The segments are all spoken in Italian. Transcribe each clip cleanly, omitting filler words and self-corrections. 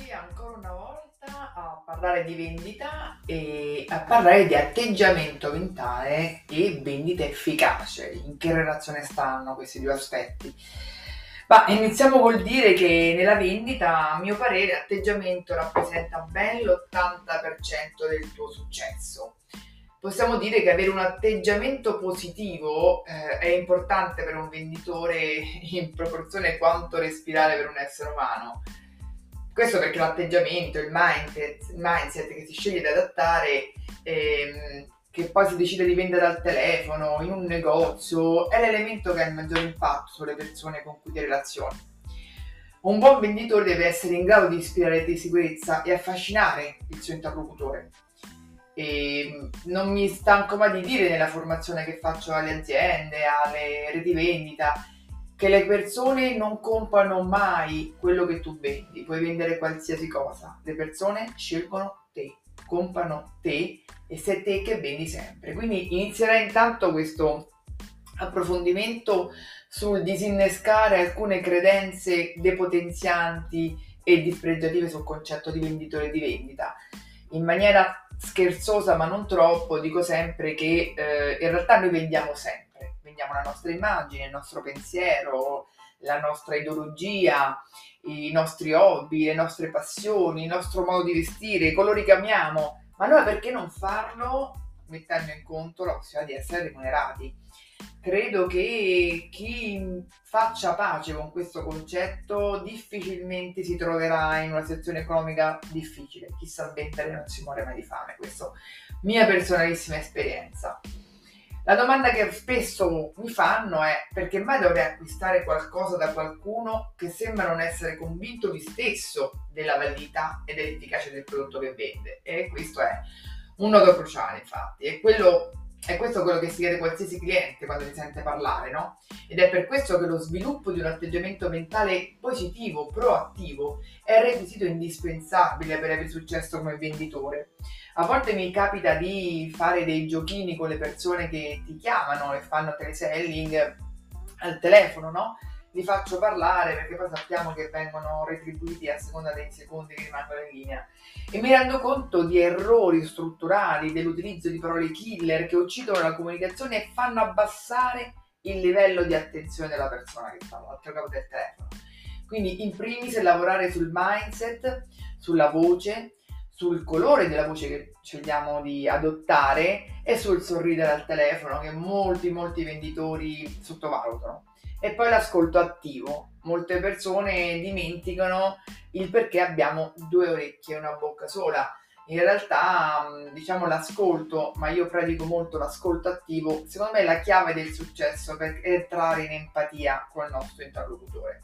qui ancora una volta a parlare di vendita e a parlare di atteggiamento mentale e vendita efficace. In che relazione stanno questi due aspetti? Ma iniziamo col dire che nella vendita, a mio parere, l'atteggiamento rappresenta ben l'80% del tuo successo. Possiamo dire che avere un atteggiamento positivo è importante per un venditore in proporzione a quanto respirare per un essere umano. Questo perché l'atteggiamento, il mindset che si sceglie di adattare, che poi si decide di vendere al telefono, in un negozio, è l'elemento che ha il maggior impatto sulle persone con cui ti relazioni. Un buon venditore deve essere in grado di ispirare di sicurezza e affascinare il suo interlocutore. E non mi stanco mai di dire nella formazione che faccio alle aziende, alle reti vendita, che le persone non comprano mai quello che tu vendi. Puoi vendere qualsiasi cosa, le persone scelgono te, comprano te e sei te che vendi sempre. Quindi inizierai intanto questo approfondimento sul disinnescare alcune credenze depotenzianti e dispregiative sul concetto di venditore e di vendita. In maniera scherzosa ma non troppo dico sempre che in realtà noi vendiamo sempre. Vendiamo la nostra immagine, il nostro pensiero, la nostra ideologia, i nostri hobby, le nostre passioni, il nostro modo di vestire, i colori che amiamo, ma allora perché non farlo mettendo in conto la possibilità di essere remunerati? Credo che chi faccia pace con questo concetto difficilmente si troverà in una situazione economica difficile. Chi sa vendere non si muore mai di fame, questa mia personalissima esperienza. La domanda che spesso mi fanno è: perché mai dovrei acquistare qualcosa da qualcuno che sembra non essere convinto lui stesso della validità e dell'efficacia del prodotto che vende? E questo è un nodo cruciale, infatti, è questo quello che si chiede qualsiasi cliente quando ti sente parlare, no? Ed è per questo che lo sviluppo di un atteggiamento mentale positivo, proattivo, è il requisito indispensabile per avere successo come venditore. A volte mi capita di fare dei giochini con le persone che ti chiamano e fanno teleselling al telefono, no? Li faccio parlare perché poi sappiamo che vengono retribuiti a seconda dei secondi che rimangono in linea. E mi rendo conto di errori strutturali, dell'utilizzo di parole killer che uccidono la comunicazione e fanno abbassare il livello di attenzione della persona che sta all'altro capo del telefono. Quindi in primis lavorare sul mindset, sulla voce, sul colore della voce che scegliamo di adottare e sul sorridere al telefono che molti venditori sottovalutano. E poi l'ascolto attivo. Molte persone dimenticano il perché abbiamo due orecchie e una bocca sola. In realtà, diciamo, l'ascolto, ma io predico molto l'ascolto attivo, secondo me è la chiave del successo per entrare in empatia con il nostro interlocutore.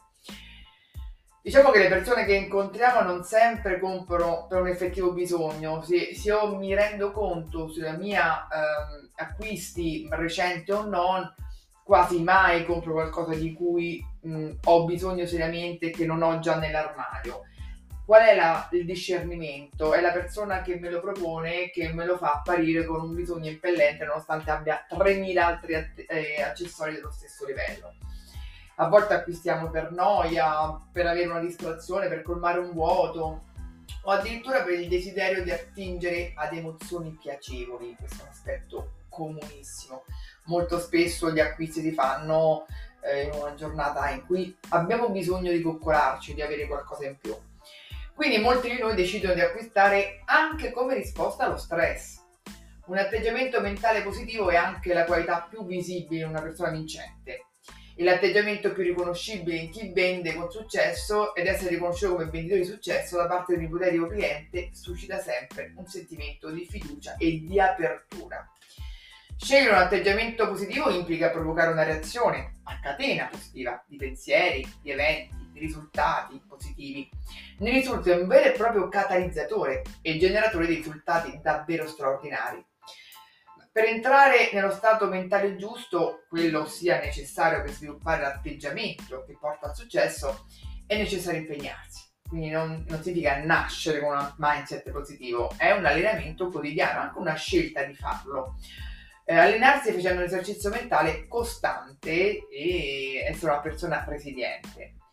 Diciamo che le persone che incontriamo non sempre comprano per un effettivo bisogno. Se io mi rendo conto sulla mia acquisti recenti o non, quasi mai compro qualcosa di cui ho bisogno seriamente e che non ho già nell'armadio. Qual è il discernimento? È la persona che me lo propone che me lo fa apparire con un bisogno impellente nonostante abbia 3000 altri accessori dello stesso livello. A volte acquistiamo per noia, per avere una distrazione, per colmare un vuoto o addirittura per il desiderio di attingere ad emozioni piacevoli. Questo è un aspetto comunissimo. Molto spesso gli acquisti si fanno in una giornata in cui abbiamo bisogno di coccolarci, di avere qualcosa in più. Quindi molti di noi decidono di acquistare anche come risposta allo stress. Un atteggiamento mentale positivo è anche la qualità più visibile in una persona vincente. E l'atteggiamento più riconoscibile in chi vende con successo ed essere riconosciuto come venditore di successo da parte di un ipotetico cliente suscita sempre un sentimento di fiducia e di apertura. Scegliere un atteggiamento positivo implica provocare una reazione a catena positiva di pensieri, di eventi, di risultati positivi. Ne risulta un vero e proprio catalizzatore e generatore di risultati davvero straordinari. Per entrare nello stato mentale giusto, quello sia necessario per sviluppare l'atteggiamento che porta al successo, è necessario impegnarsi. Quindi non significa nascere con un mindset positivo, è un allenamento quotidiano, anche una scelta di farlo. Allenarsi facendo un esercizio mentale costante e essere una persona resiliente.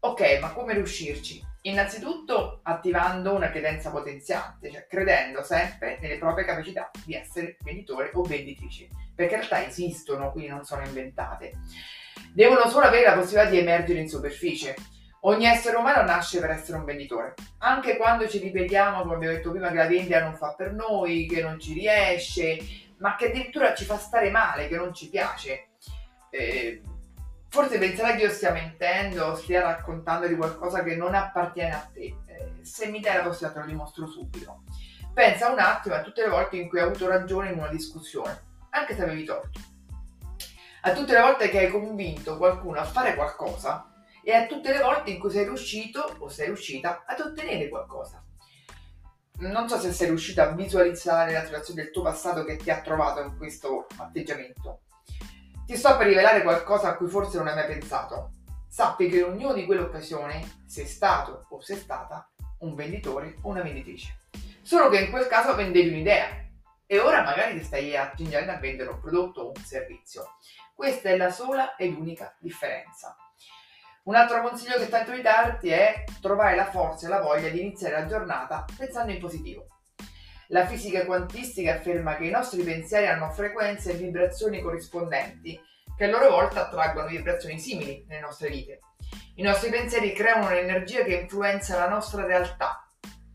Ok, ma come riuscirci? Innanzitutto attivando una credenza potenziante, cioè credendo sempre nelle proprie capacità di essere venditore o venditrice, perché in realtà esistono, quindi non sono inventate. Devono solo avere la possibilità di emergere in superficie. Ogni essere umano nasce per essere un venditore, anche quando ci ripetiamo, come abbiamo detto prima, che la vendita non fa per noi, che non ci riesce, ma che addirittura ci fa stare male, che non ci piace. Forse penserai che io stia mentendo, stia raccontando di qualcosa che non appartiene a te. Se mi dai la possibilità te lo dimostro subito. Pensa un attimo a tutte le volte in cui hai avuto ragione in una discussione, anche se avevi torto. A tutte le volte che hai convinto qualcuno a fare qualcosa e a tutte le volte in cui sei riuscito o sei riuscita ad ottenere qualcosa. Non so se sei riuscita a visualizzare la situazione del tuo passato che ti ha trovato in questo atteggiamento. Ti sto per rivelare qualcosa a cui forse non hai mai pensato. Sappi che in ognuna di quelle occasioni sei stato o sei stata un venditore o una venditrice. Solo che in quel caso vendevi un'idea e ora magari ti stai accingendo a vendere un prodotto o un servizio. Questa è la sola ed unica differenza. Un altro consiglio che tento di darti è trovare la forza e la voglia di iniziare la giornata pensando in positivo. La fisica quantistica afferma che i nostri pensieri hanno frequenze e vibrazioni corrispondenti, che a loro volta attraggono vibrazioni simili nelle nostre vite. I nostri pensieri creano un'energia che influenza la nostra realtà.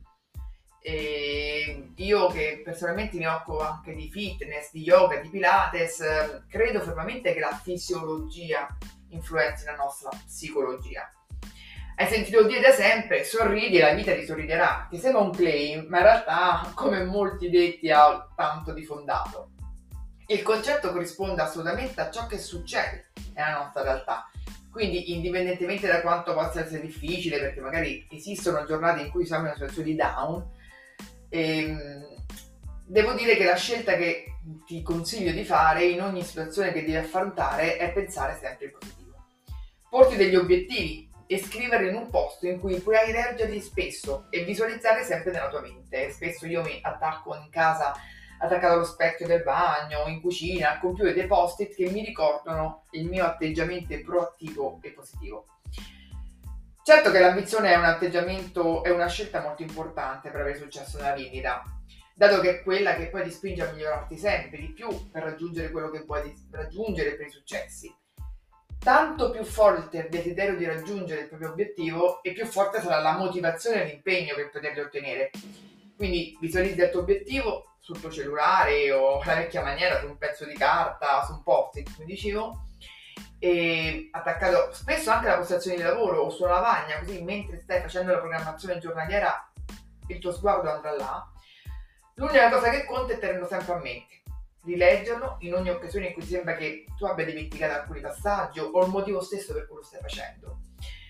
E io, che personalmente mi occupo anche di fitness, di yoga, di pilates, credo fermamente che la fisiologia influenzi la nostra psicologia. Hai sentito dire da sempre, sorridi e la vita ti sorriderà, che sembra un claim, ma in realtà, come molti detti, ha tanto di fondato. Il concetto corrisponde assolutamente a ciò che succede nella nostra realtà. Quindi, indipendentemente da quanto possa essere difficile, perché magari esistono giornate in cui siamo in una situazione di down, devo dire che la scelta che ti consiglio di fare in ogni situazione che devi affrontare è pensare sempre in positivo. Porti degli obiettivi e scriverli in un posto in cui puoi leggerli spesso e visualizzare sempre nella tua mente. Spesso io mi attacco in casa, attaccato allo specchio del bagno, in cucina, al computer, dei post-it che mi ricordano il mio atteggiamento proattivo e positivo. Certo che l'ambizione è un atteggiamento, è una scelta molto importante per avere successo nella vendita, dato che è quella che poi ti spinge a migliorarti sempre di più per raggiungere quello che vuoi raggiungere per i successi. Tanto più forte il desiderio di raggiungere il proprio obiettivo e più forte sarà la motivazione e l'impegno per poterli ottenere. Quindi visualizza il tuo obiettivo sul tuo cellulare o alla vecchia maniera su un pezzo di carta, su un post-it, come dicevo, e attaccato spesso anche alla postazione di lavoro o sulla lavagna, così mentre stai facendo la programmazione giornaliera il tuo sguardo andrà là. L'unica cosa che conta è tenerlo sempre a mente. Rileggerlo in ogni occasione in cui ti sembra che tu abbia dimenticato alcuni passaggi o il motivo stesso per cui lo stai facendo.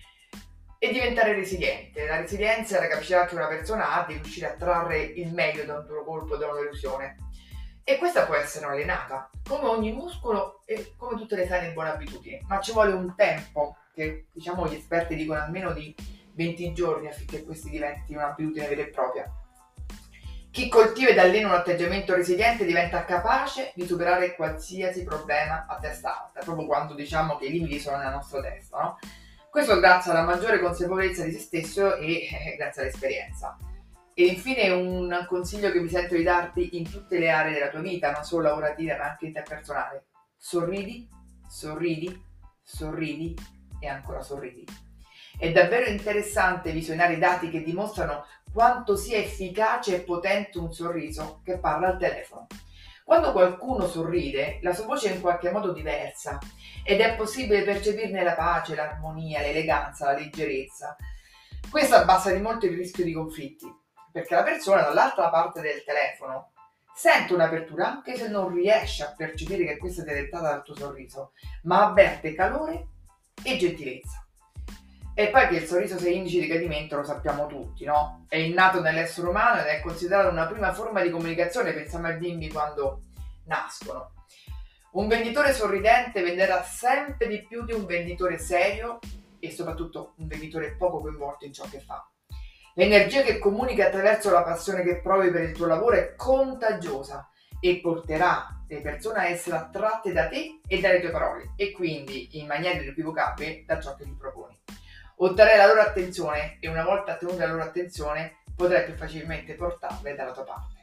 E diventare resiliente. La resilienza è la capacità che una persona ha di riuscire a trarre il meglio da un duro colpo, da un'illusione. E questa può essere allenata, come ogni muscolo e come tutte le sane buone abitudini, ma ci vuole un tempo, che diciamo gli esperti dicono almeno di 20 giorni affinché questi diventi un'abitudine vera e propria. Chi coltiva ed allena un atteggiamento resiliente diventa capace di superare qualsiasi problema a testa alta, proprio quando diciamo che i limiti sono nella nostra testa, no? Questo grazie alla maggiore consapevolezza di se stesso e grazie all'esperienza. E infine un consiglio che mi sento di darti in tutte le aree della tua vita, non solo lavorativa ma anche interpersonale. Sorridi, sorridi, sorridi e ancora sorridi. È davvero interessante visionare i dati che dimostrano quanto sia efficace e potente un sorriso che parla al telefono. Quando qualcuno sorride, la sua voce è in qualche modo diversa ed è possibile percepirne la pace, l'armonia, l'eleganza, la leggerezza. Questo abbassa di molto il rischio di conflitti, perché la persona dall'altra parte del telefono sente un'apertura anche se non riesce a percepire che questa è dettata dal tuo sorriso, ma avverte calore e gentilezza. E poi che il sorriso sia indice di gradimento lo sappiamo tutti, no? È innato nell'essere umano ed è considerato una prima forma di comunicazione, pensiamo ai bimbi quando nascono. Un venditore sorridente venderà sempre di più di un venditore serio e soprattutto un venditore poco coinvolto in ciò che fa. L'energia che comunica attraverso la passione che provi per il tuo lavoro è contagiosa e porterà le persone a essere attratte da te e dalle tue parole e quindi in maniera irrequivocabile da ciò che gli proponi. otterrai la loro attenzione e una volta ottenuta la loro attenzione potrai più facilmente portarle dalla tua parte.